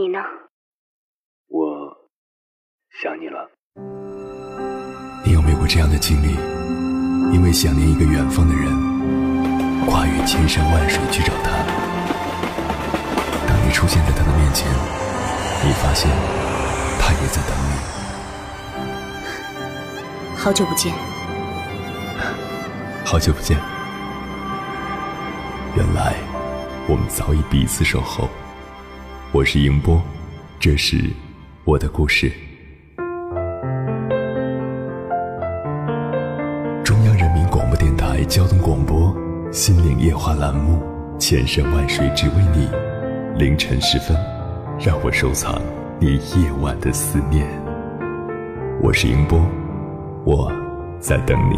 你呢？ 我想你了。 你有没有过这样的经历？因为想念一个远方的人，跨越千山万水去找他。当你出现在他的面前，你发现他也在等你。 好久不见。 好久不见。原来我们早已彼此守候。我是迎波，这是我的故事。中央人民广播电台交通广播心灵夜话栏目，千山万水只为你。凌晨时分，让我收藏你夜晚的思念。我是迎波，我在等你。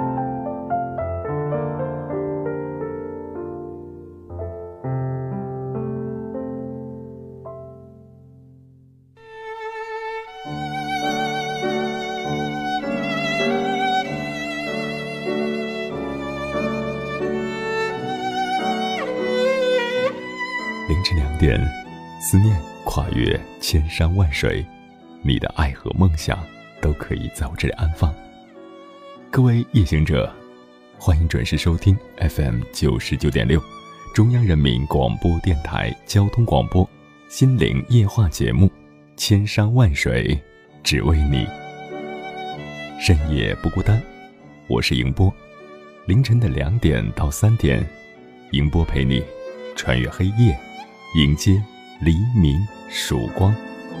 凌晨2点，思念跨越千山万水，你的爱和梦想都可以在我这里安放。各位夜行者，欢迎准时收听 FM99.6 中央人民广播电台交通广播心灵夜话节目，千山万水只为你。深夜不孤单，我是迎波。凌晨的2点到3点，迎波陪你穿越黑夜，迎接黎明曙光。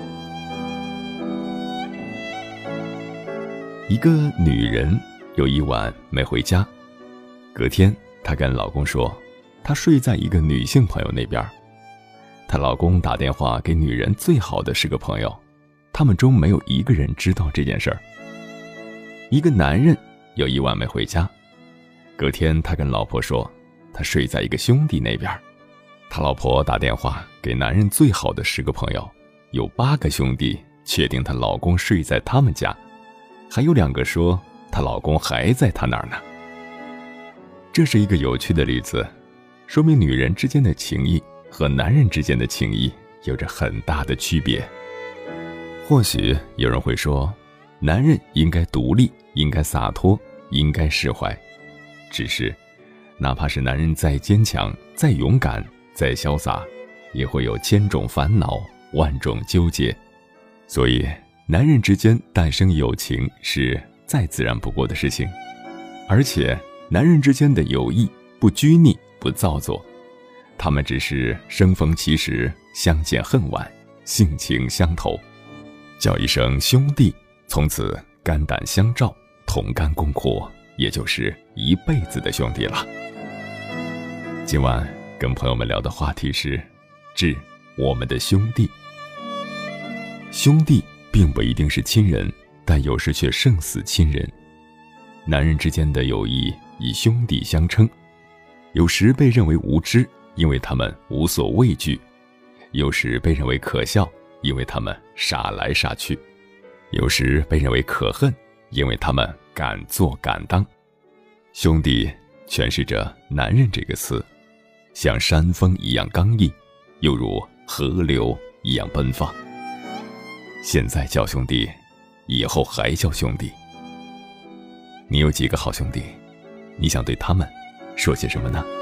一个女人有一晚没回家，隔天她跟老公说，她睡在一个女性朋友那边。她老公打电话给女人最好的10个朋友，他们中没有一个人知道这件事儿。一个男人有一晚没回家，隔天他跟老婆说，他睡在一个兄弟那边。他老婆打电话给男人最好的10个朋友，有8个兄弟确定她老公睡在他们家，还有2个说她老公还在她那儿呢。这是一个有趣的例子，说明女人之间的情谊和男人之间的情谊有着很大的区别。或许有人会说，男人应该独立，应该洒脱，应该释怀。只是哪怕是男人再坚强，再勇敢，再潇洒，也会有千种烦恼，万种纠结。所以男人之间诞生友情是再自然不过的事情。而且男人之间的友谊不拘泥，不造作，他们只是生逢其时，相见恨晚，性情相投，叫一声兄弟，从此肝胆相照，同甘共苦，也就是一辈子的兄弟了。今晚跟朋友们聊的话题是致我们的兄弟。兄弟并不一定是亲人，但有时却胜似亲人。男人之间的友谊以兄弟相称，有时被认为无知，因为他们无所畏惧；有时被认为可笑，因为他们傻来傻去；有时被认为可恨，因为他们敢做敢当。兄弟诠释着男人这个词，像山峰一样刚毅，又如河流一样奔放。现在叫兄弟，以后还叫兄弟。你有几个好兄弟？你想对他们说些什么呢？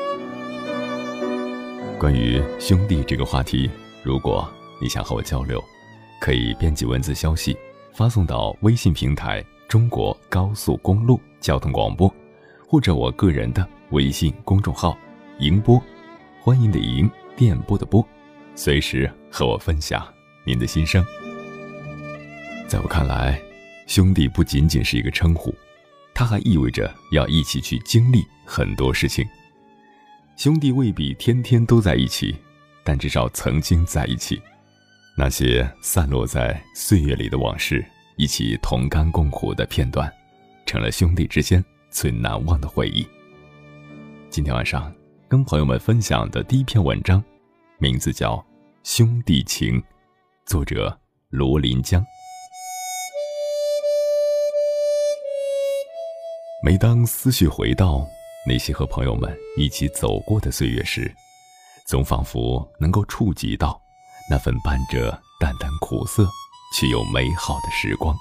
关于兄弟这个话题，如果你想和我交流，可以编辑文字消息发送到微信平台中国高速公路交通广播，或者我个人的微信公众号迎波，欢迎的迎，电波的波，随时和我分享您的心声。在我看来，兄弟不仅仅是一个称呼，它还意味着要一起去经历很多事情。兄弟未必天天都在一起，但至少曾经在一起。那些散落在岁月里的往事，一起同甘共苦的片段，成了兄弟之间最难忘的回忆。今天晚上跟朋友们分享的第一篇文章，名字叫《兄弟情》，作者罗林江。每当思绪回到那些和朋友们一起走过的岁月时，总仿佛能够触及到那份伴着淡淡苦涩却又美好的时光。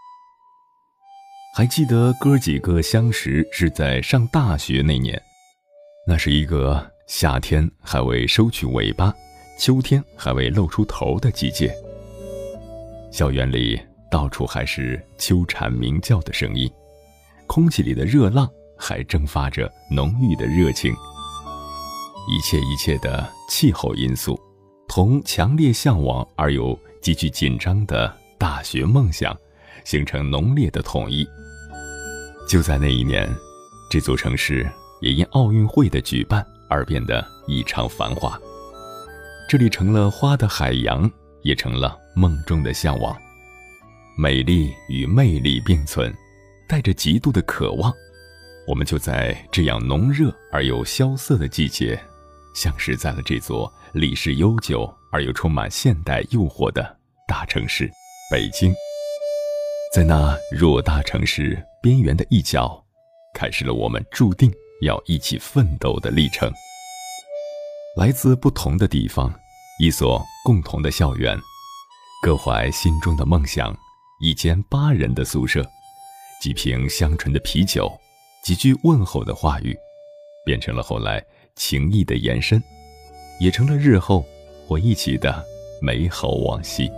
还记得哥几个相识是在上大学那年，那是一个夏天还未收去尾巴，秋天还未露出头的季节。校园里到处还是秋蝉鸣叫的声音，空气里的热浪还蒸发着浓郁的热情。一切的气候因素同强烈向往而又极具紧张的大学梦想形成浓烈的统一。就在那一年，这座城市也因奥运会的举办而变得异常繁华。这里成了花的海洋，也成了梦中的向往。美丽与魅力并存，带着极度的渴望，我们就在这样浓热而又萧瑟的季节，相识在了这座历史悠久而又充满现代诱惑的大城市北京。在那偌大城市边缘的一角，开始了我们注定要一起奋斗的历程。来自不同的地方，一所共同的校园，各怀心中的梦想，一间8人的宿舍，几瓶香醇的啤酒，几句问候的话语，变成了后来情谊的延伸，也成了日后回忆起的美好往昔。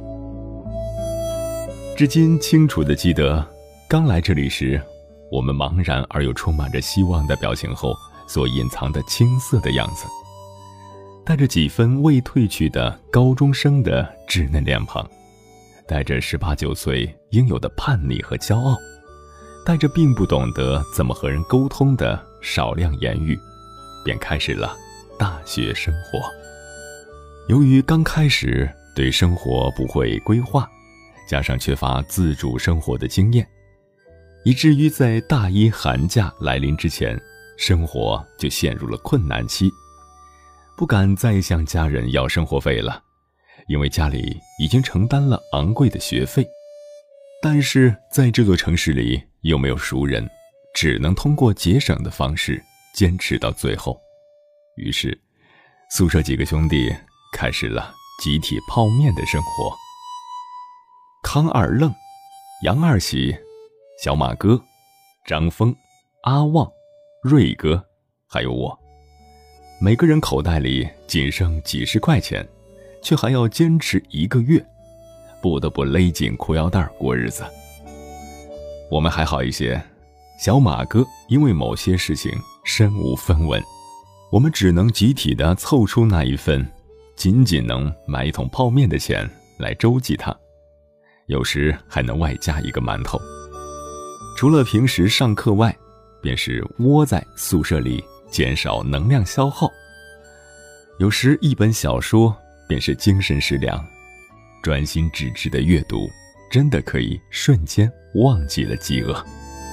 至今清楚地记得，刚来这里时，我们茫然而又充满着希望的表情后所隐藏的青涩的样子，带着几分未褪去的高中生的稚嫩脸庞，带着18、19岁应有的叛逆和骄傲，带着并不懂得怎么和人沟通的少量言语，便开始了大学生活。由于刚开始对生活不会规划，加上缺乏自主生活的经验，以至于在大一寒假来临之前，生活就陷入了困难期，不敢再向家人要生活费了，因为家里已经承担了昂贵的学费。但是在这座城市里又没有熟人，只能通过节省的方式坚持到最后。于是宿舍几个兄弟开始了集体泡面的生活。康二愣、杨二喜、小马哥、张峰、阿旺、瑞哥，还有我，每个人口袋里仅剩几十块钱，却还要坚持1个月，不得不勒紧裤腰带过日子。我们还好一些，小马哥因为某些事情身无分文，我们只能集体地凑出那一份仅仅能买1桶泡面的钱来周济他，有时还能外加1个馒头。除了平时上课外，便是窝在宿舍里减少能量消耗。有时1本小说便是精神食粮，专心致志的阅读真的可以瞬间忘记了饥饿。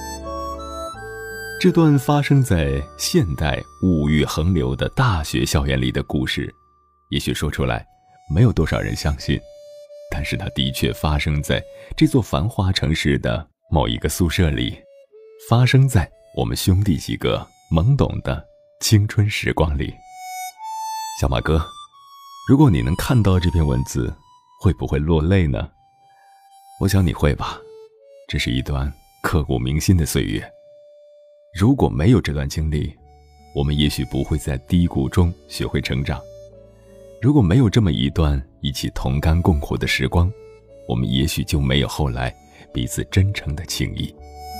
这段发生在现代物欲横流的大学校园里的故事，也许说出来没有多少人相信，但是它的确发生在这座繁华城市的某一个宿舍里，发生在我们兄弟几个懵懂的青春时光里。小马哥，如果你能看到这篇文字，会不会落泪呢？我想你会吧，这是一段刻骨铭心的岁月。如果没有这段经历，我们也许不会在低谷中学会成长。如果没有这么一段一起同甘共苦的时光，我们也许就没有后来彼此真诚的情谊。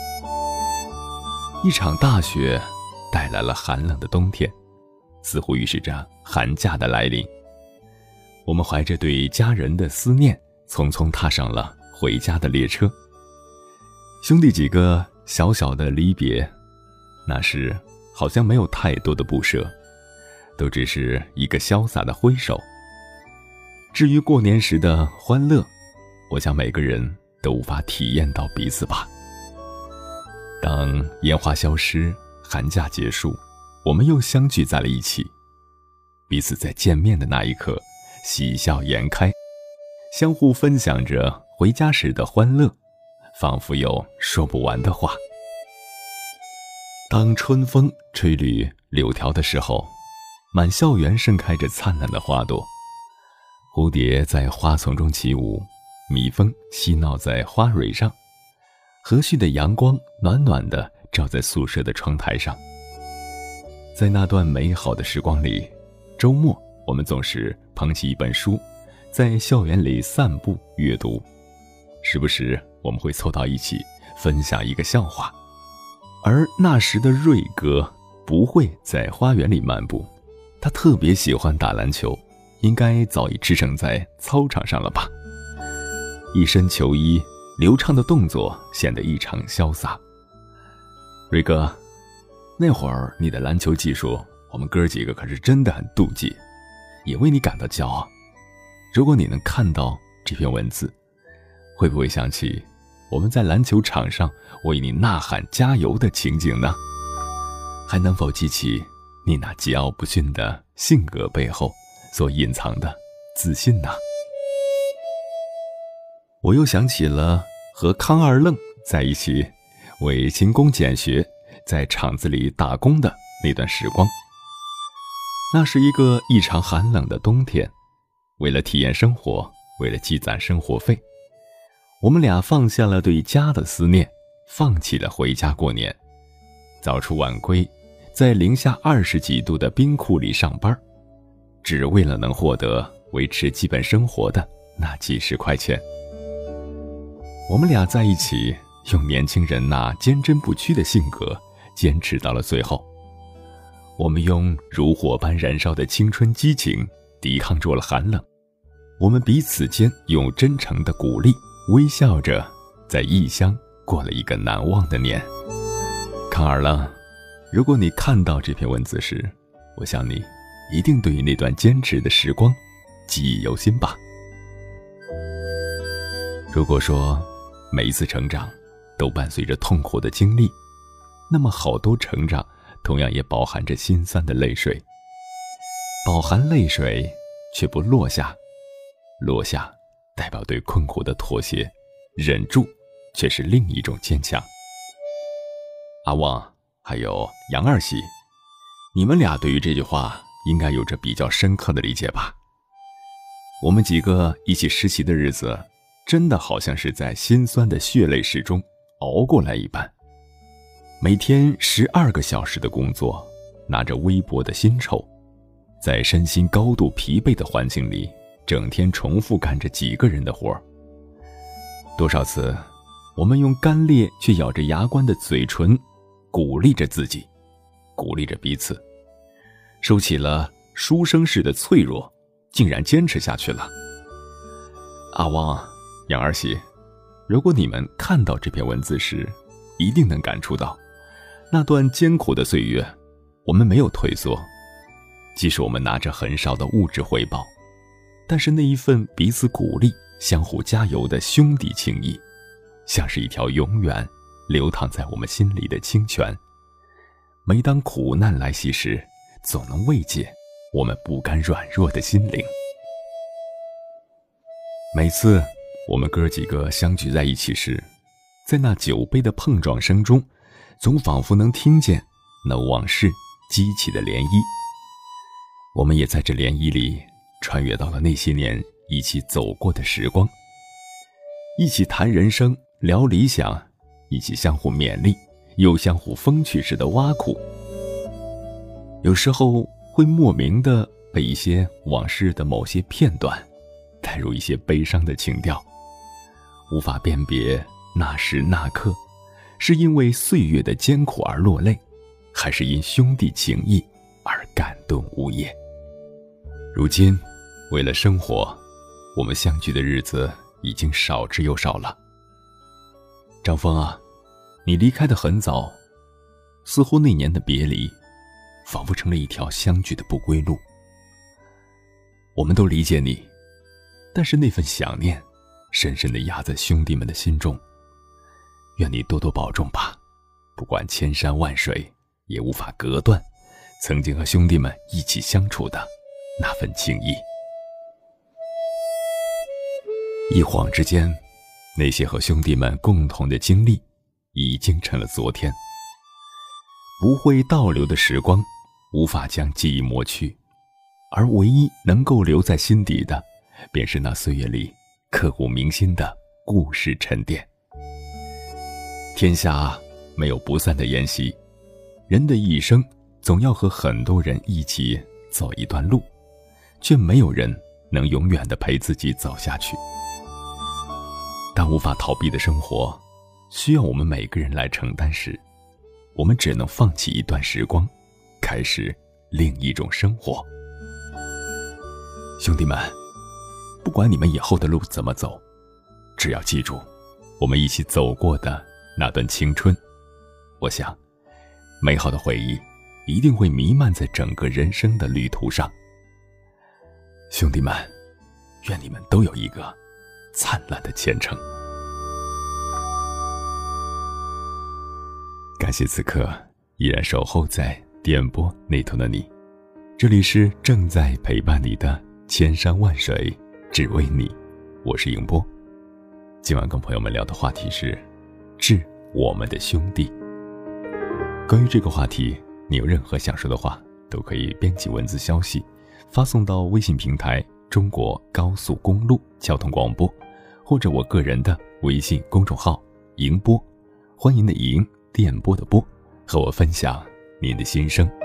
一场大雪带来了寒冷的冬天，似乎预示着寒假的来临。我们怀着对家人的思念，匆匆踏上了回家的列车。兄弟几个小小的离别，那时好像没有太多的不舍，都只是一个潇洒的挥手。至于过年时的欢乐，我想每个人都无法体验到彼此吧。当烟花消失，寒假结束，我们又相聚在了一起，彼此在见面的那一刻喜笑颜开，相互分享着回家时的欢乐，仿佛有说不完的话。当春风吹绿柳条的时候，满校园盛开着灿烂的花朵， 蝴蝶在花丛中起舞，蜜蜂嬉闹在花蕊上，和煦的阳光暖暖地照在宿舍的窗台上。在那段美好的时光里，周末我们总是捧起一本书，在校园里散步阅读，时不时我们会凑到一起分享一个笑话。而那时的瑞哥不会在花园里漫步，他特别喜欢打篮球，应该早已驰骋在操场上了吧。一身球衣，流畅的动作显得异常潇洒。瑞哥，那会儿你的篮球技术，我们哥几个可是真的很妒忌，也为你感到骄傲。如果你能看到这篇文字，会不会想起我们在篮球场上为你呐喊加油的情景呢？还能否记起你那桀骜不驯的性格背后所隐藏的自信呢？我又想起了和康二愣在一起为勤工俭学，在厂子里打工的那段时光。那是一个异常寒冷的冬天，为了体验生活，为了积攒生活费，我们俩放下了对家的思念，放弃了回家过年，早出晚归，在零下20几度的冰库里上班，只为了能获得维持基本生活的那几十块钱。我们俩在一起，用年轻人那坚贞不屈的性格坚持到了最后。我们用如火般燃烧的青春激情抵抗住了寒冷，我们彼此间用真诚的鼓励微笑着在异乡过了一个难忘的年。康二愣，如果你看到这篇文字时，我想你一定对于那段坚持的时光记忆犹新吧。如果说每一次成长都伴随着痛苦的经历，那么好多成长同样也饱含着心酸的泪水。饱含泪水却不落下，落下代表对困苦的妥协，忍住却是另一种坚强。阿旺还有杨二喜，你们俩对于这句话应该有着比较深刻的理解吧？我们几个一起实习的日子，真的好像是在辛酸的血泪史中熬过来一般。每天12个小时的工作，拿着微薄的薪酬，在身心高度疲惫的环境里，整天重复干着几个人的活。多少次，我们用干裂却咬着牙关的嘴唇，鼓励着自己，鼓励着彼此，收起了书生式的脆弱，竟然坚持下去了。阿汪、杨二喜，如果你们看到这篇文字时，一定能感触到那段艰苦的岁月，我们没有退缩。即使我们拿着很少的物质回报，但是那一份彼此鼓励、相互加油的兄弟情谊，像是一条永远流淌在我们心里的清泉。每当苦难来袭时，总能慰藉我们不甘软弱的心灵。每次我们哥几个相聚在一起时，在那酒杯的碰撞声中，总仿佛能听见那往事激起的涟漪。我们也在这涟漪里穿越到了那些年一起走过的时光，一起谈人生，聊理想，一起相互勉励，又相互风趣式的挖苦。有时候会莫名地被一些往事的某些片段带入一些悲伤的情调，无法辨别那时那刻是因为岁月的艰苦而落泪，还是因兄弟情谊而感动无言。如今为了生活，我们相聚的日子已经少之又少了。张峰啊，你离开得很早，似乎那年的别离仿佛成了一条相聚的不归路。我们都理解你，但是那份想念深深地压在兄弟们的心中。愿你多多保重吧，不管千山万水，也无法隔断曾经和兄弟们一起相处的那份情谊。一晃之间，那些和兄弟们共同的经历已经成了昨天。不会倒流的时光无法将记忆抹去，而唯一能够留在心底的便是那岁月里刻骨铭心的故事沉淀。天下没有不散的宴席，人的一生总要和很多人一起走一段路，却没有人能永远地陪自己走下去。当无法逃避的生活需要我们每个人来承担时，我们只能放弃一段时光，开始另一种生活。兄弟们，不管你们以后的路怎么走，只要记住我们一起走过的那段青春，我想美好的回忆一定会弥漫在整个人生的旅途上。兄弟们，愿你们都有一个灿烂的前程。感谢此刻依然守候在电波那头的你，这里是正在陪伴你的千山万水只为你，我是迎波。今晚跟朋友们聊的话题是致我们的兄弟。关于这个话题，你有任何想说的话都可以编辑文字消息发送到微信平台中国高速公路交通广播，或者我个人的微信公众号迎波，欢迎的迎，电波的波，和我分享您的心声。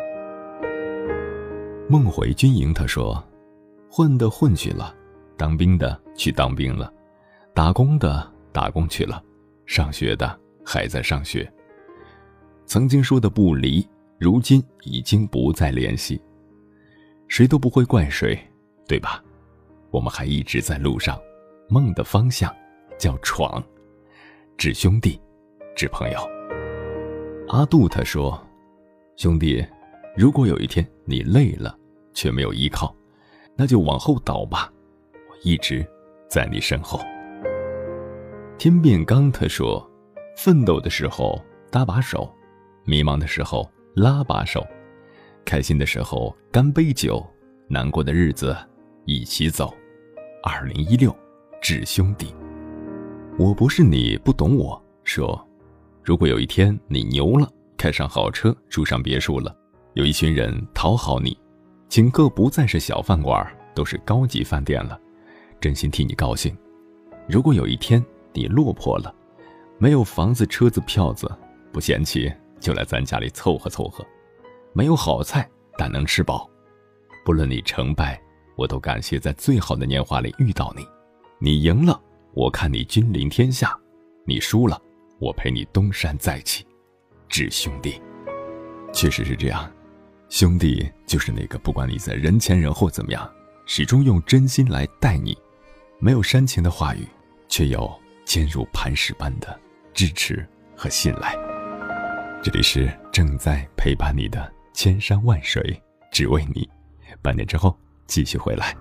梦回军营他说，混的混去了，当兵的去当兵了，打工的打工去了，上学的还在上学。曾经说的不离，如今已经不再联系。谁都不会怪谁，对吧？我们还一直在路上，梦的方向叫闯，致兄弟，致朋友。阿杜他说，兄弟，如果有一天你累了却没有依靠，那就往后倒吧，我一直在你身后。天变刚他说，奋斗的时候搭把手，迷茫的时候拉把手，开心的时候干杯酒，难过的日子一起走。2016致兄弟。我不是你不懂我说，如果有一天你牛了，开上好车，住上别墅了，有一群人讨好你，请客不再是小饭馆，都是高级饭店了，真心替你高兴。如果有一天你落魄了，没有房子车子票子，不嫌弃就来咱家里凑合凑合，没有好菜但能吃饱，不论你成败，我都感谢在最好的年华里遇到你。你赢了，我看你君临天下；你输了，我陪你东山再起。致兄弟。确实是这样，兄弟就是那个不管你在人前人后怎么样，始终用真心来待你，没有煽情的话语，却有坚如磐石般的支持和信赖。这里是正在陪伴你的千山万水只为你，半年之后继续回来。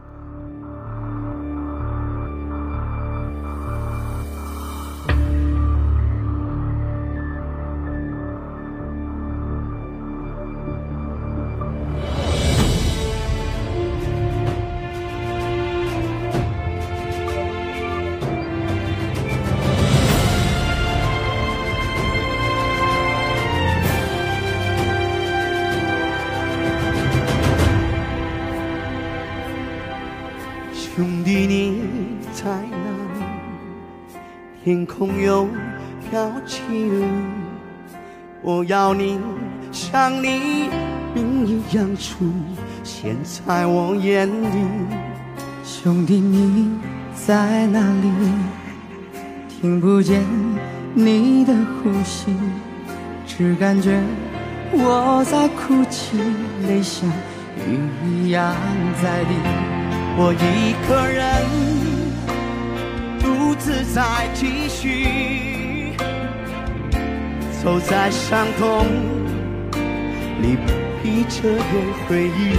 兄弟你在哪里？天空又飘起雨，我要你像你兵一样出现在我眼里。 兄弟你在哪里？听不见你的呼吸，只感觉我在哭泣，泪像雨一样在滴。 我一个人独自在继续，走在伤痛里，披着有回忆。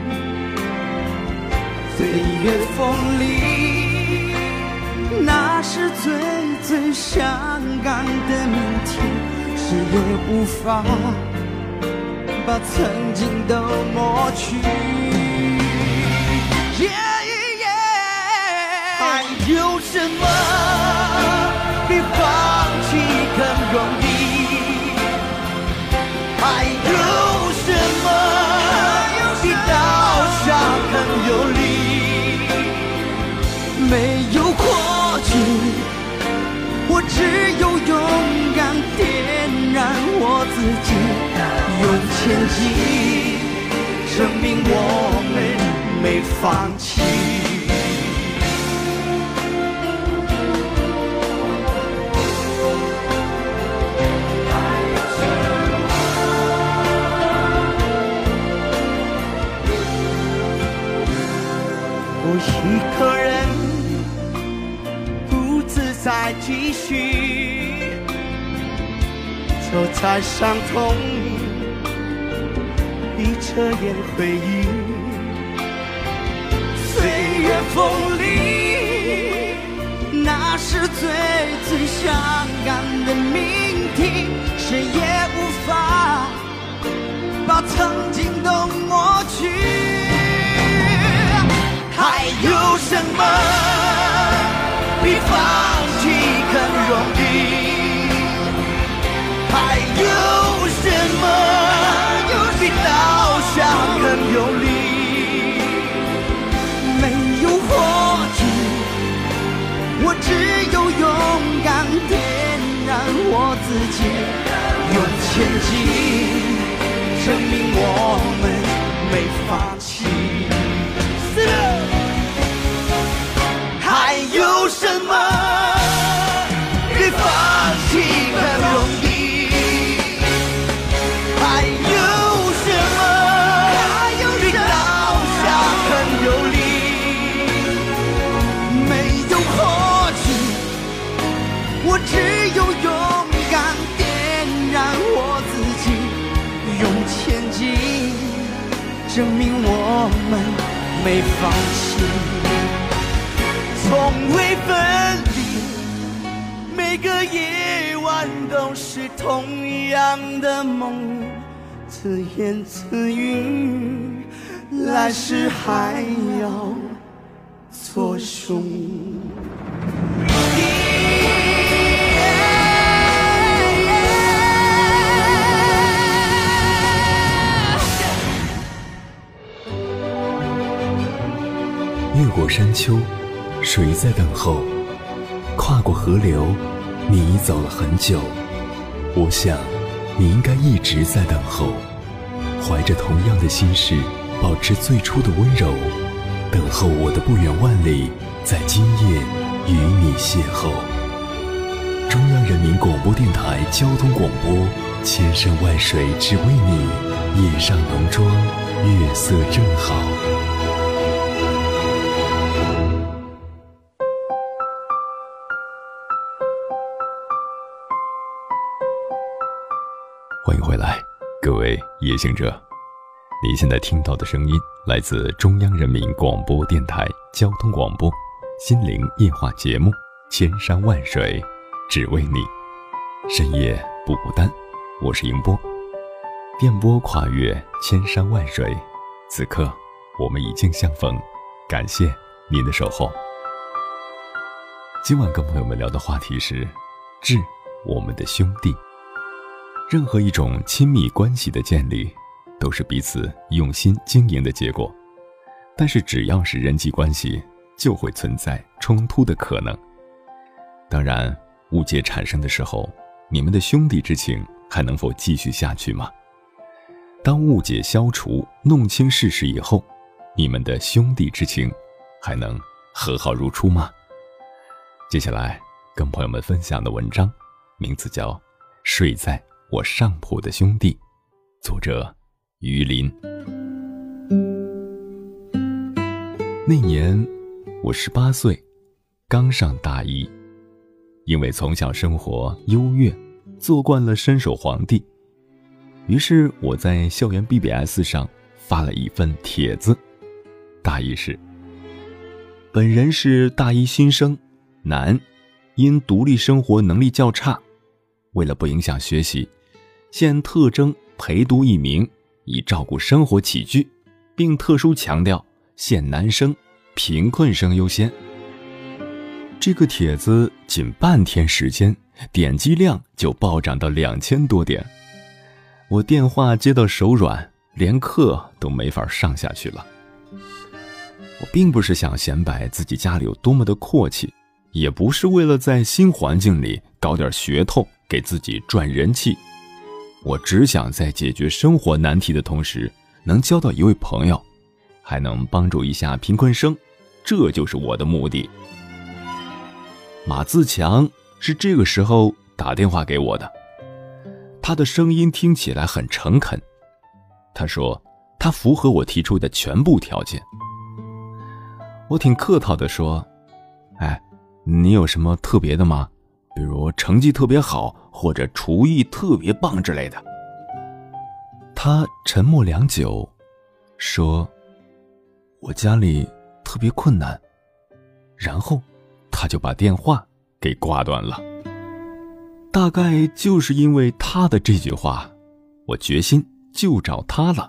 岁月风里，那是最最伤感的明天，谁也无法把曾经都抹去。还有什么比放弃更容易？还有什么比倒下更有力？ 我只有勇敢点燃我自己，用前进证明我们没放弃。我一个人独自在继续走在伤痛里，遮掩回忆。岁月风里，那是最伤感的命题，谁也无法把曾经都抹去。还有什么比放弃更容易？还有什么比倒下更有力？没有获取，我只有勇敢点燃我自己，用前进证明我们没放弃。还有什么比放弃更容易？还有什么比倒下更有力？没有获取，我只有勇敢点燃我自己，用前进证明我们没放弃。从未分离，每个夜晚都是同样的梦，自言自语，来世还要做兄。 越过山丘，谁在等候？跨过河流，你已走了很久。我想，你应该一直在等候，怀着同样的心事，保持最初的温柔，等候我的不远万里，在今夜与你邂逅。中央人民广播电台交通广播，千山万水只为你，夜上浓妆，月色正好。欢迎回来，各位夜行者。你现在听到的声音来自中央人民广播电台交通广播心灵夜话节目《千山万水只为你》，深夜不孤单。我是迎波，电波跨越千山万水，此刻我们已经相逢，感谢您的守候。今晚跟朋友们聊的话题是致我们的兄弟。任何一种亲密关系的建立，都是彼此用心经营的结果。但是只要是人际关系，就会存在冲突的可能。当然，误解产生的时候，你们的兄弟之情还能否继续下去吗？当误解消除，弄清事实以后，你们的兄弟之情还能和好如初吗？接下来跟朋友们分享的文章名字叫《睡在我上铺的兄弟》，作者于林。那年我18岁，刚上大一。因为从小生活优越，做惯了伸手皇帝，于是我在校园 BBS 上发了一份帖子，大意是：本人是大一新生，男，因独立生活能力较差，为了不影响学习，现特征陪读一名，以照顾生活起居，并特殊强调现男生，贫困生优先。这个帖子仅半天时间，点击量就暴涨到2000多点。我电话接到手软，连课都没法上下去了。我并不是想显摆自己家里有多么的阔气， 也不是为了在新环境里搞点噱头，给自己赚人气。我只想在解决生活难题的同时，能交到一位朋友，还能帮助一下贫困生，这就是我的目的。马自强是这个时候打电话给我的，他的声音听起来很诚恳。他说他符合我提出的全部条件。我挺客套地说，你有什么特别的吗？比如成绩特别好，或者厨艺特别棒之类的。他沉默良久，说我家里特别困难，然后他就把电话给挂断了。大概就是因为他的这句话，我决心就找他了。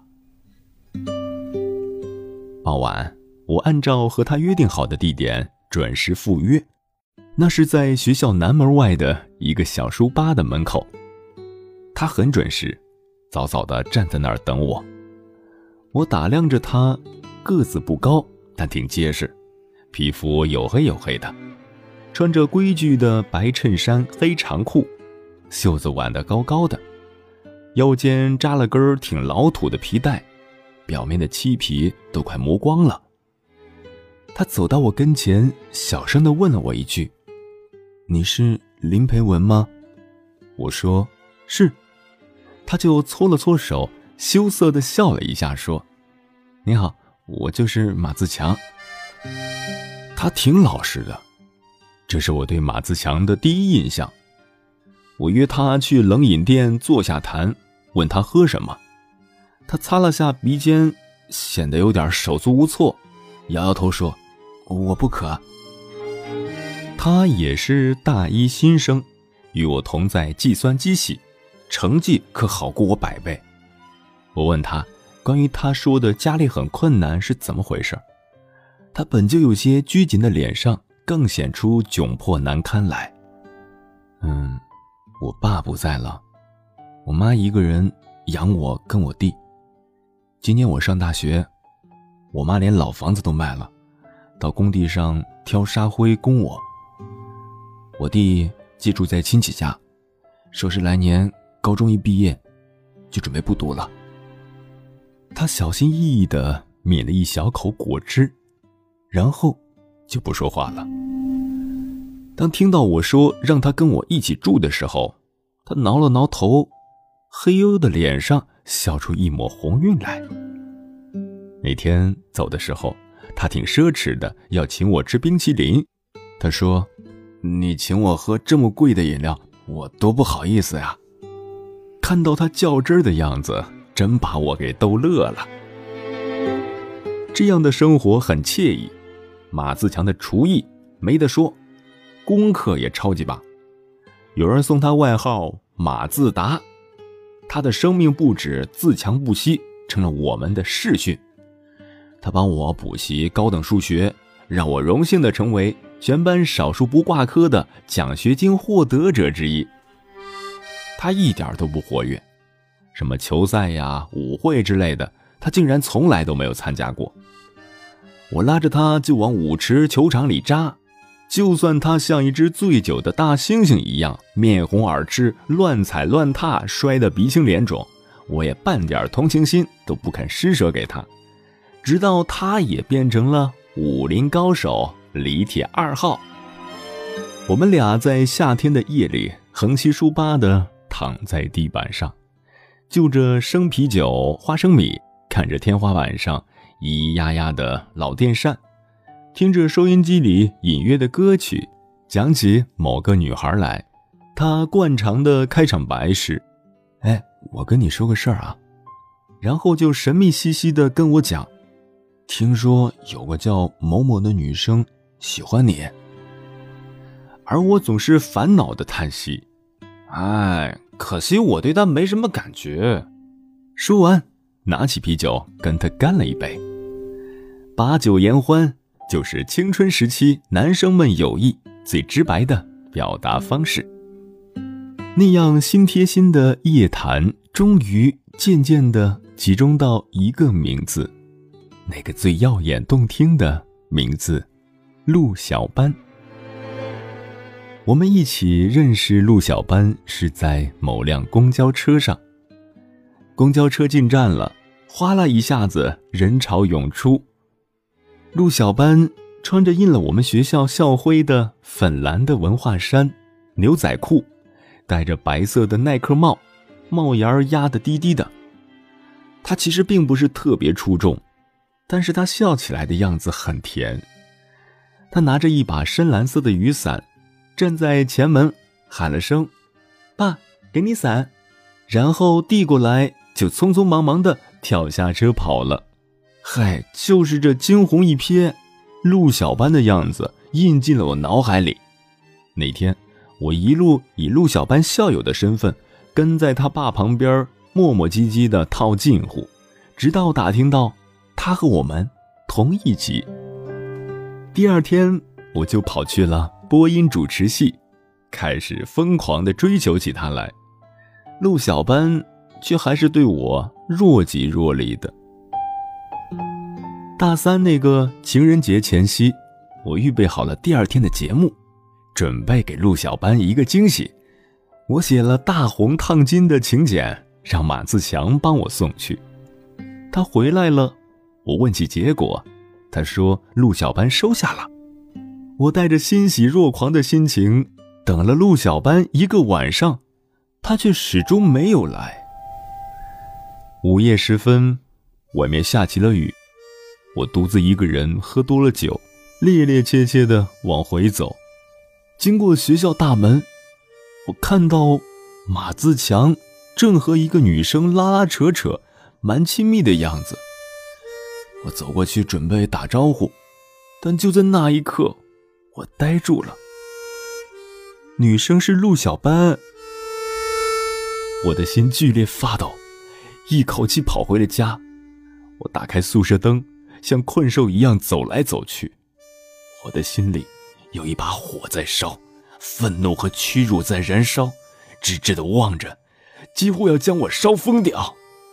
傍晚，我按照和他约定好的地点准时赴约，那是在学校南门外的一个小书吧的门口。他很准时，早早地站在那儿等我。我打量着他，个子不高，但挺结实，皮肤黝黑黝黑的，穿着规矩的白衬衫黑长裤，袖子挽得高高的，腰间扎了根挺老土的皮带，表面的漆皮都快磨光了。他走到我跟前，小声地问了我一句，你是林培文吗？我说是。他就搓了搓手，羞涩地笑了一下，说，你好，我就是马自强。他挺老实的，这是我对马自强的第一印象。我约他去冷饮店坐下谈，问他喝什么。他擦了下鼻尖，显得有点手足无措，摇摇头说，我不渴。他也是大一新生，与我同在计算机系，成绩可好过我100倍。我问他关于他说的家里很困难是怎么回事，他本就有些拘谨的脸上更显出窘迫难堪来。我爸不在了，我妈一个人养我跟我弟。今年我上大学，我妈连老房子都卖了，到工地上挑沙灰供我。我弟寄住在亲戚家，说是来年高中一毕业就准备不读了。他小心翼翼地抿了一小口果汁，然后就不说话了。当听到我说让他跟我一起住的时候，他挠了挠头，黑黝黝的脸上笑出一抹红晕来。那天走的时候，他挺奢侈的，要请我吃冰淇淋。他说，你请我喝这么贵的饮料，我多不好意思呀。看到他较真的样子，真把我给逗乐了。这样的生活很惬意，马自强的厨艺没得说，功课也超级棒，有人送他外号马自达。他的生命不止自强不息，成了我们的视讯。他帮我补习高等数学，让我荣幸地成为全班少数不挂科的奖学金获得者之一。他一点都不活跃，什么球赛呀、舞会之类的，他竟然从来都没有参加过。我拉着他就往舞池球场里扎，就算他像一只醉酒的大猩猩一样面红耳赤，乱踩乱踏，摔得鼻青脸肿，我也半点同情心都不肯施舍给他。直到他也变成了武林高手李铁2号。我们俩在夏天的夜里横七竖八地躺在地板上，就着生啤酒、花生米，看着天花板上咿咿呀呀的老电扇，听着收音机里隐约的歌曲，讲起某个女孩来。她惯常的开场白是，我跟你说个事儿啊，然后就神秘兮兮的跟我讲，听说有个叫某某的女生喜欢你。而我总是烦恼的叹息，可惜我对她没什么感觉。说完，拿起啤酒跟她干了一杯。把酒言欢，就是青春时期男生们友谊最直白的表达方式。那样心贴心的夜谈，终于渐渐地集中到一个名字，那个最耀眼动听的名字，陆小班。 我们一起认识陆小班是在某辆公交车上。公交车进站了，哗啦一下子人潮涌出。陆小班穿着印了我们学校校徽的粉蓝的文化衫、牛仔裤，戴着白色的耐克帽，帽檐压得低低的。他其实并不是特别出众，但是他笑起来的样子很甜。他拿着一把深蓝色的雨伞，站在前门喊了声爸给你伞，然后递过来就匆匆忙忙地跳下车跑了。嗨，就是这惊鸿一瞥，陆小班的样子印进了我脑海里。那天我一路以陆小班校友的身份跟在他爸旁边磨磨唧唧地套近乎，直到打听到他和我们同一级。第二天我就跑去了播音主持系，开始疯狂地追求起他来。陆小班却还是对我若即若离的。大三那个情人节前夕，我预备好了第二天的节目，准备给陆小班一个惊喜。我写了大红烫金的请柬，让马自强帮我送去。他回来了，我问起结果，他说陆小班收下了。我带着欣喜若狂的心情等了陆小班一个晚上，他却始终没有来。午夜时分，外面下起了雨，我独自一个人喝多了酒，趔趔趄趄地往回走。经过学校大门，我看到马自强正和一个女生拉拉扯扯，蛮亲密的样子。我走过去准备打招呼，但就在那一刻，我呆住了。女生是陆小班，我的心剧烈发抖，一口气跑回了家。我打开宿舍灯，像困兽一样走来走去。我的心里有一把火在烧，愤怒和屈辱在燃烧，直直地望着，几乎要将我烧疯掉。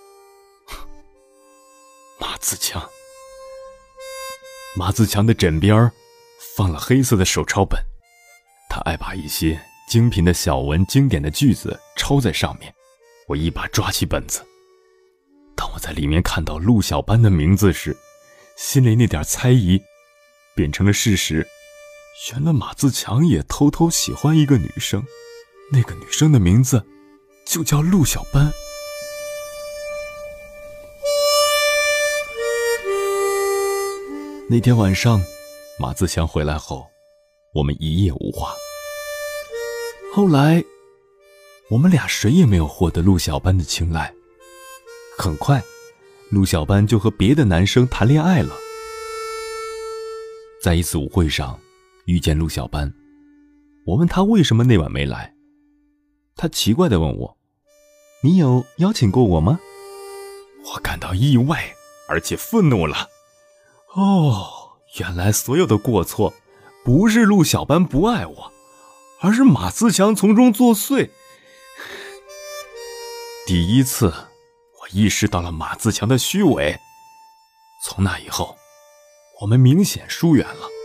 马自强的枕边放了黑色的手抄本，他爱把一些精品的小文经典的句子抄在上面。我一把抓起本子，当我在里面看到陆小班的名字时，心里那点猜疑变成了事实。原来马自强也偷偷喜欢一个女生，那个女生的名字就叫陆小班。那天晚上马自强回来后，我们一夜无话。后来我们俩谁也没有获得陆小班的青睐。很快陆小班就和别的男生谈恋爱了。在一次舞会上遇见陆小班，我问他为什么那晚没来。他奇怪地问我，你有邀请过我吗？我感到意外而且愤怒了。原来所有的过错不是陆小班不爱我，而是马自强从中作祟。第一次我意识到了马自强的虚伪，从那以后我们明显疏远了。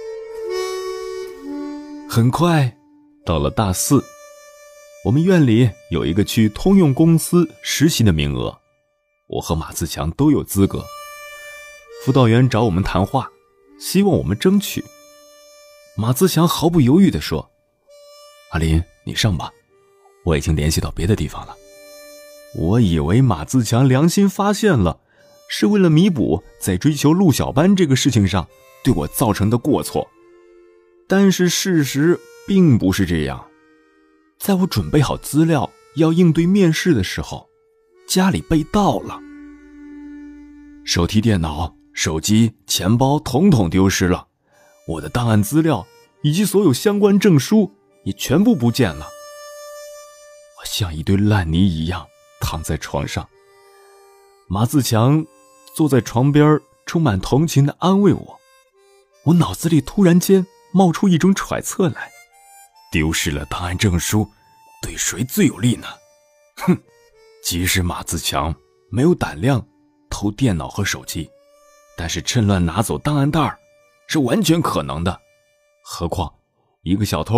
很快到了大四，我们院里有一个去通用公司实习的名额，我和马自强都有资格。辅导员找我们谈话，希望我们争取。马自强毫不犹豫地说，阿林，你上吧，我已经联系到别的地方了。我以为马自强良心发现了，是为了弥补在追求陆小班这个事情上对我造成的过错。但是事实并不是这样。在我准备好资料要应对面试的时候，家里被盗了。手提电脑、手机、钱包统统丢失了，我的档案资料以及所有相关证书也全部不见了。我像一堆烂泥一样躺在床上，马自强坐在床边充满同情地安慰我。我脑子里突然间冒出一种揣测来，丢失了档案证书对谁最有利呢？即使马自强没有胆量偷电脑和手机，但是趁乱拿走档案袋是完全可能的。何况一个小偷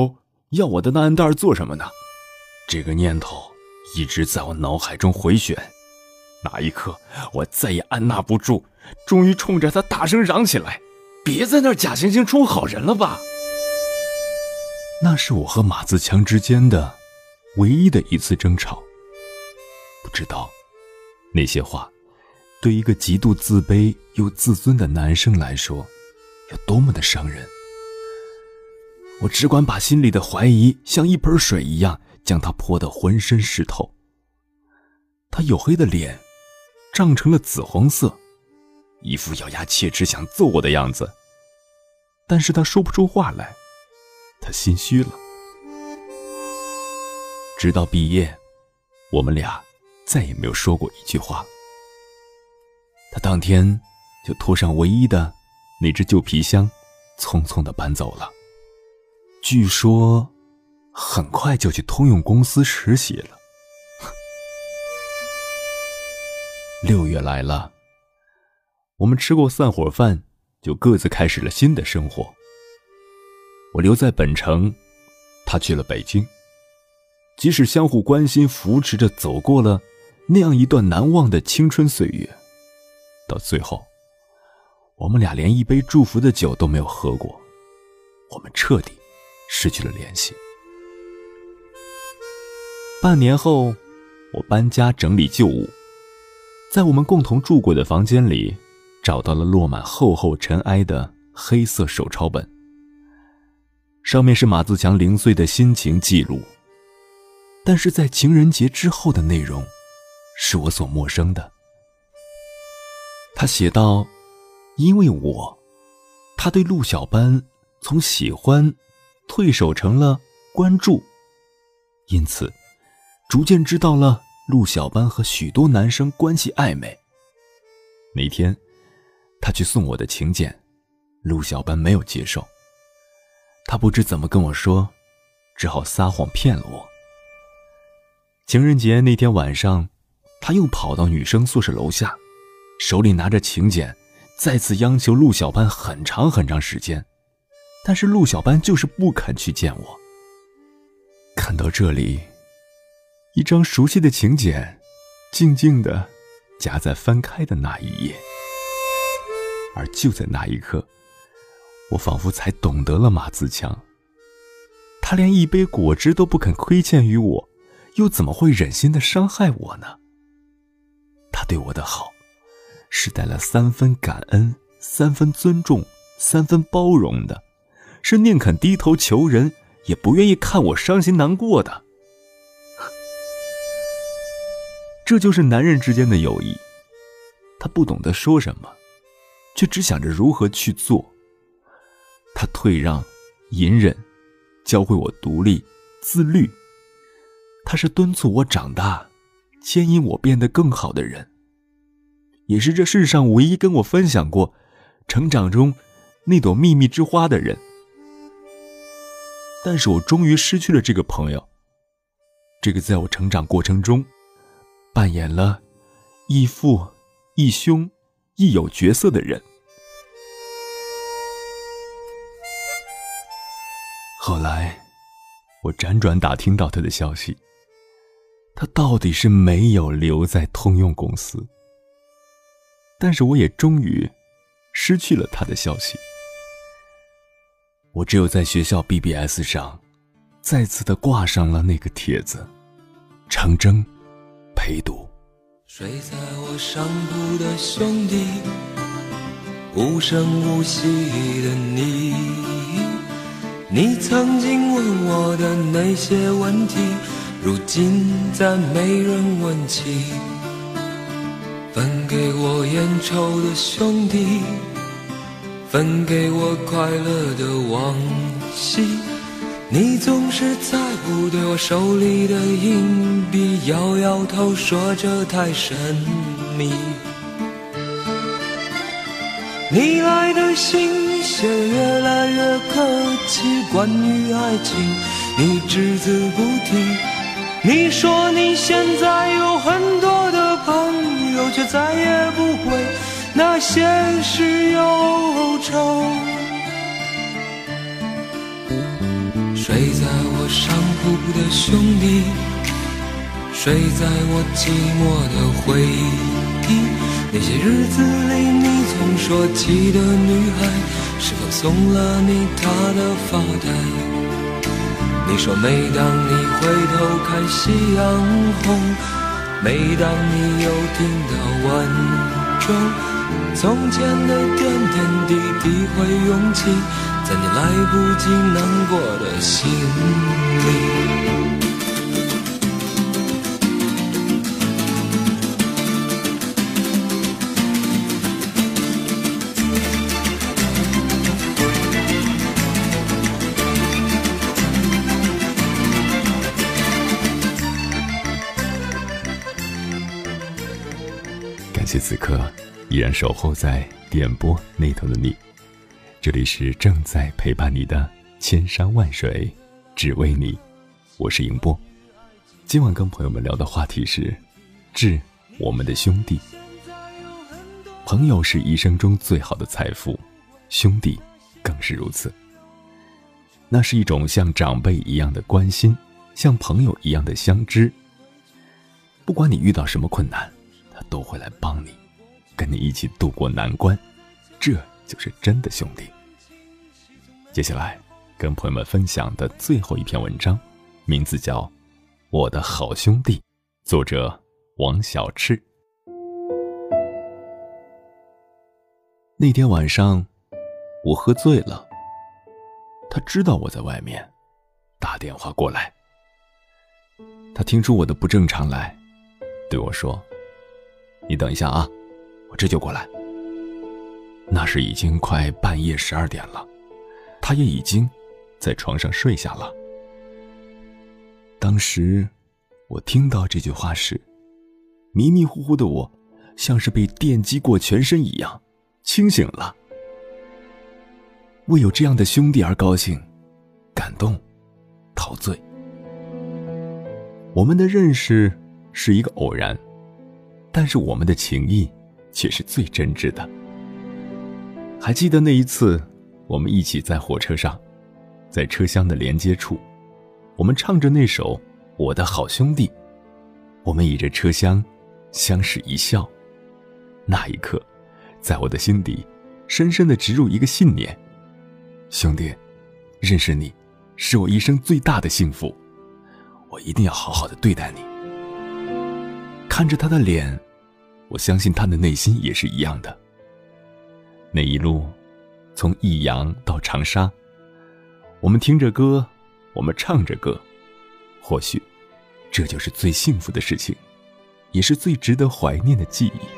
要我的那暗袋做什么呢？这个念头一直在我脑海中回旋。那一刻，我再也按捺不住，终于冲着他大声嚷起来：别在那儿假惺惺充好人了吧！那是我和马自强之间的唯一的一次争吵。不知道那些话对一个极度自卑又自尊的男生来说有多么的伤人。我只管把心里的怀疑像一盆水一样将他泼得浑身湿透。他黝黑的脸涨成了紫红色，一副咬牙切齿想揍我的样子，但是他说不出话来，他心虚了。直到毕业，我们俩再也没有说过一句话。他当天就拖上唯一的那只旧皮箱，匆匆地搬走了。据说很快就去通用公司实习了。6月来了，我们吃过散伙饭，就各自开始了新的生活。我留在本城，他去了北京。即使相互关心扶持着走过了那样一段难忘的青春岁月，到最后我们俩连一杯祝福的酒都没有喝过，我们彻底失去了联系。半年后，我搬家整理旧物，在我们共同住过的房间里找到了落满厚厚尘埃的黑色手抄本，上面是马自强0岁的心情记录，但是在情人节之后的内容是我所陌生的。他写道，因为我，他对陆小班从喜欢退守成了关注，因此逐渐知道了陆小班和许多男生关系暧昧。那天他去送我的请柬，陆小班没有接受，他不知怎么跟我说，只好撒谎骗了我。情人节那天晚上，他又跑到女生宿舍楼下，手里拿着请柬，再次央求陆小班很长很长时间，但是陆小班就是不肯去见我。看到这里，一张熟悉的请柬静静地夹在翻开的那一页，而就在那一刻，我仿佛才懂得了马自强。他连一杯果汁都不肯亏欠于我，又怎么会忍心地伤害我呢？他对我的好是带了3分感恩、3分尊重、3分包容的，是宁肯低头求人也不愿意看我伤心难过的。这就是男人之间的友谊，他不懂得说什么，却只想着如何去做。他退让、隐忍，教会我独立、自律。他是敦促我长大、牵引我变得更好的人，也是这世上唯一跟我分享过成长中那朵秘密之花的人。但是我终于失去了这个朋友，这个在我成长过程中扮演了义父、义兄、义友角色的人。后来我辗转打听到他的消息，他到底是没有留在通用公司，但是我也终于失去了他的消息。我只有在学校 BBS 上再次地挂上了那个帖子，诚征陪读。 睡在我上铺的兄弟，无声无息的你，你曾经问我的那些问题，如今再没人问起。分给我烟抽的兄弟，分给我快乐的往昔，你总是在乎对我手里的硬币，摇摇头说这太神秘。你来的信写越来越客气，关于爱情你只字不提。你说你现在有很多的朋友，却再也不会那些事忧愁。睡在我上铺的兄弟，睡在我寂寞的回忆。那些日子里你总说起的女孩，是否送了你她的发带？你说每当你回头看夕阳红，每当你又听到晚钟，从前的点点滴滴会涌起在你来不及难过的心里。 感谢此刻依然守候在电波那头的你，这里是正在陪伴你的千山万水只为你，我是迎波。今晚跟朋友们聊的话题是致我们的兄弟。朋友是一生中最好的财富，兄弟更是如此。那是一种像长辈一样的关心，像朋友一样的相知。不管你遇到什么困难，他都会来帮你，跟你一起度过难关，这就是真的兄弟。接下来跟朋友们分享的最后一篇文章，名字叫《我的好兄弟》，作者王小赤。那天晚上我喝醉了，他知道我在外面，打电话过来。他听出我的不正常来，对我说，你等一下啊，我这就过来。那时已经快半夜12点了，他也已经在床上睡下了。当时我听到这句话时，迷迷糊糊的我像是被电击过全身一样清醒了。为有这样的兄弟而高兴，感动，陶醉。我们的认识是一个偶然，但是我们的情谊却是最真挚的。还记得那一次，我们一起在火车上，在车厢的连接处，我们唱着那首《我的好兄弟》，我们倚着车厢相视一笑。那一刻，在我的心底深深地植入一个信念，兄弟，认识你是我一生最大的幸福，我一定要好好的对待你。看着他的脸，我相信他的内心也是一样的。那一路，从益阳到长沙，我们听着歌，我们唱着歌，或许这就是最幸福的事情，也是最值得怀念的记忆。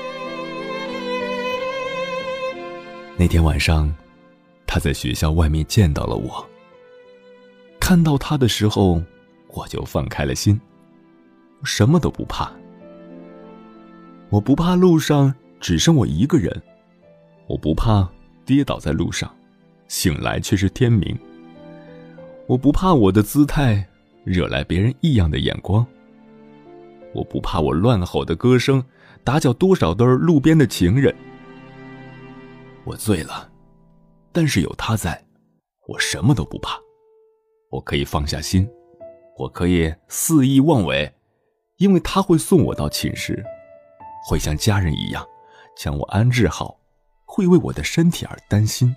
那天晚上，他在学校外面见到了我。看到他的时候，我就放开了心，我什么都不怕。我不怕路上只剩我一个人，我不怕跌倒在路上，醒来却是天明。我不怕我的姿态惹来别人异样的眼光，我不怕我乱吼的歌声打搅多少对路边的情人。我醉了，但是有他在，我什么都不怕。我可以放下心，我可以肆意妄为，因为他会送我到寝室，会像家人一样将我安置好，会为我的身体而担心。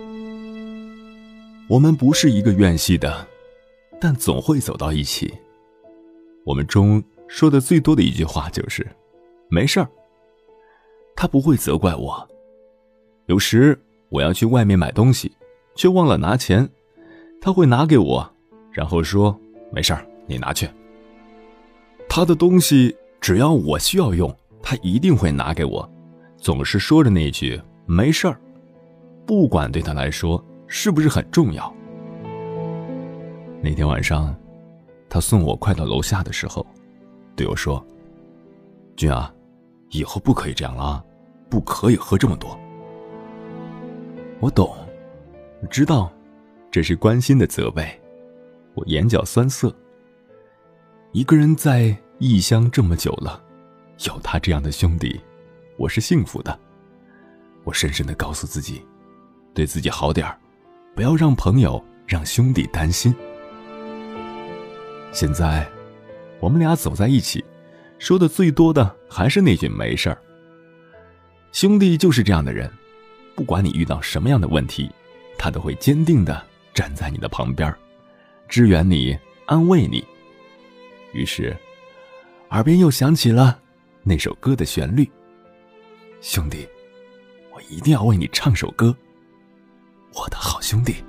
我们不是一个院系的，但总会走到一起。我们中说的最多的一句话就是没事儿。他不会责怪我，有时我要去外面买东西却忘了拿钱，他会拿给我，然后说没事儿，你拿去。他的东西只要我需要用，他一定会拿给我，总是说着那句没事儿，不管对他来说是不是很重要。那天晚上，他送我快到楼下的时候，对我说，君啊，以后不可以这样了啊，不可以喝这么多。我懂，我知道这是关心的责备，我眼角酸涩。一个人在异乡这么久了，有他这样的兄弟，我是幸福的。我深深地告诉自己，对自己好点儿，不要让朋友让兄弟担心。 现在我们俩走在一起，说的最多的还是那句没事儿。兄弟就是这样的人，不管你遇到什么样的问题，他都会坚定地站在你的旁边，支援你，安慰你。于是耳边又响起了那首歌的旋律。兄弟，我一定要为你唱首歌，我的好兄弟。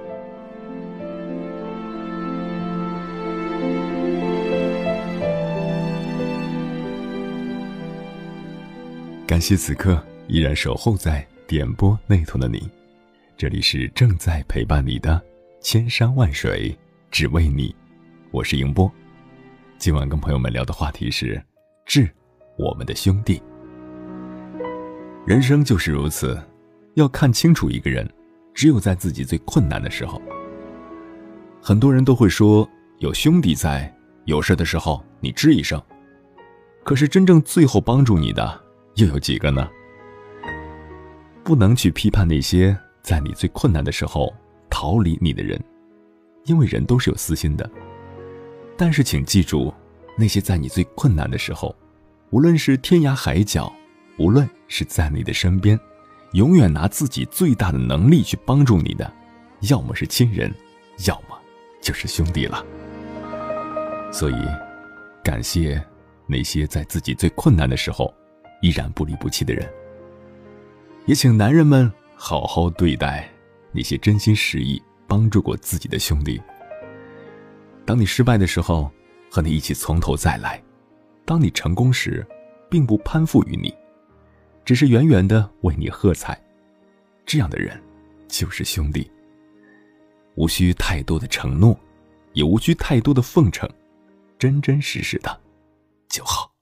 感谢此刻依然守候在点播那头的你，这里是正在陪伴你的千山万水只为你，我是迎波。今晚跟朋友们聊的话题是致我们的兄弟。人生就是如此，要看清楚一个人，只有在自己最困难的时候。很多人都会说有兄弟在，有事的时候你吱一声，可是真正最后帮助你的又有几个呢？不能去批判那些在你最困难的时候逃离你的人，因为人都是有私心的。但是请记住，那些在你最困难的时候，无论是天涯海角，无论是在你的身边，永远拿自己最大的能力去帮助你的，要么是亲人，要么就是兄弟了。所以感谢那些在自己最困难的时候依然不离不弃的人，也请男人们好好对待那些真心实意帮助过自己的兄弟。当你失败的时候，和你一起从头再来；当你成功时，并不攀附于你，只是远远地为你喝彩。这样的人就是兄弟，无需太多的承诺，也无需太多的奉承，真真实实的就好。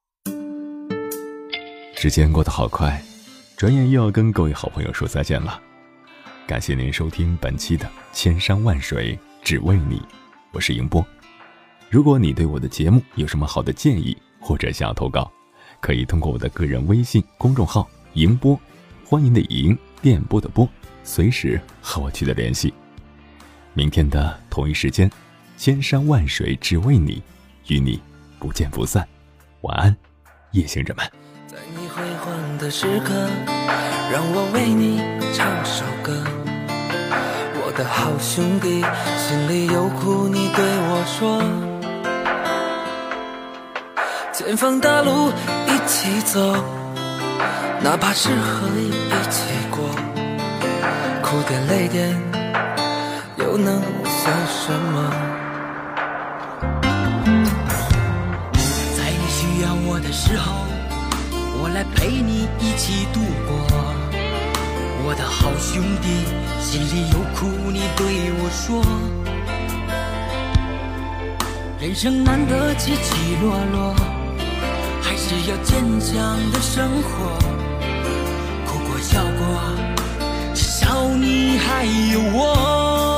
时间过得好快，转眼又要跟各位好朋友说再见了。感谢您收听本期的千山万水只为你，我是迎波。如果你对我的节目有什么好的建议，或者想要投稿，可以通过我的个人微信公众号迎波，欢迎的迎，电波的波，随时和我取得联系。明天的同一时间，千山万水只为你，与你不见不散。晚安，夜行者们。 在你辉煌的时刻，让我为你唱首歌。我的好兄弟，心里有苦你对我说。前方大路一起走，哪怕是河一起过，哭点累点又能算什么？在你需要我的时候，我来陪你一起度过。我的好兄弟，心里有苦你对我说。人生难得起起落落，还是要坚强的生活。哭过笑过，至少你还有我。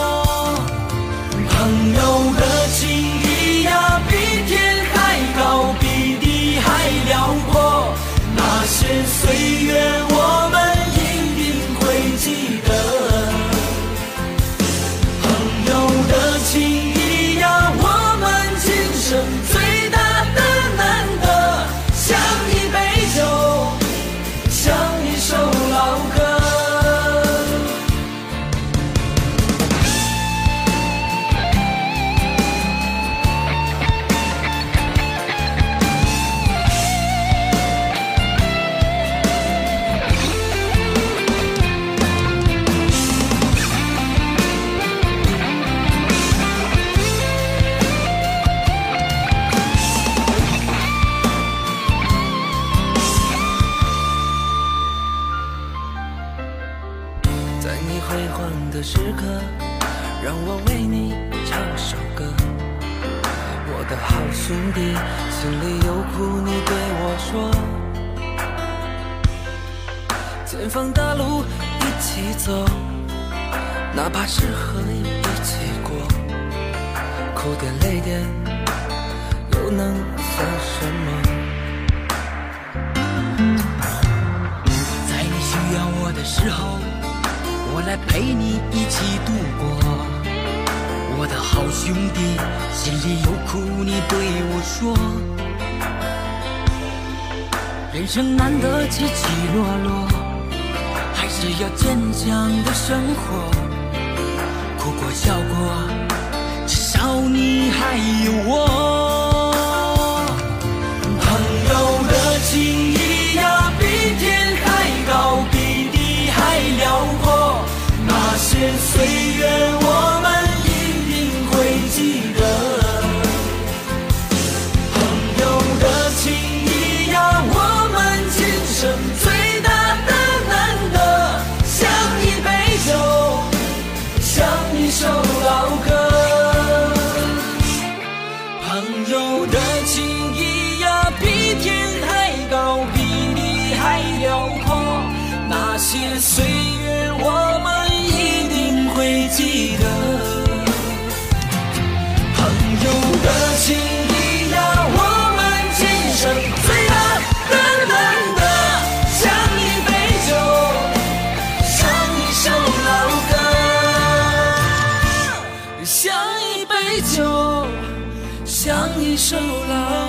朋友的情谊呀，比天还高，比地还辽阔。那些岁月我们一定会记得。朋友的情谊呀，我们今生最大的难得，像一杯酒，像一首老歌。时刻，让我为你唱首歌。我的好兄弟，心里有苦你对我说。前方大路一起走，哪怕是河一起过，哭点累点又能算什么？在你需要我的时候，我来陪你一起度过。我我的好兄弟，心里有苦你对我说。人生难得起起落落，还是要坚强的生活。哭过笑过，至少你还有我。朋友的情谊呀，比天还高，比地还辽阔。那些岁月我们一定会记得。朋友的情谊呀，我们今生最大的难得，像一杯酒，像一首老歌。朋友的情谊呀，比天还高，比地还辽阔。那些岁月我们一定会记得。朋友的情谊呀，我们今生最大的难得，像一杯酒，像一首老歌，像一杯酒，像一首老歌。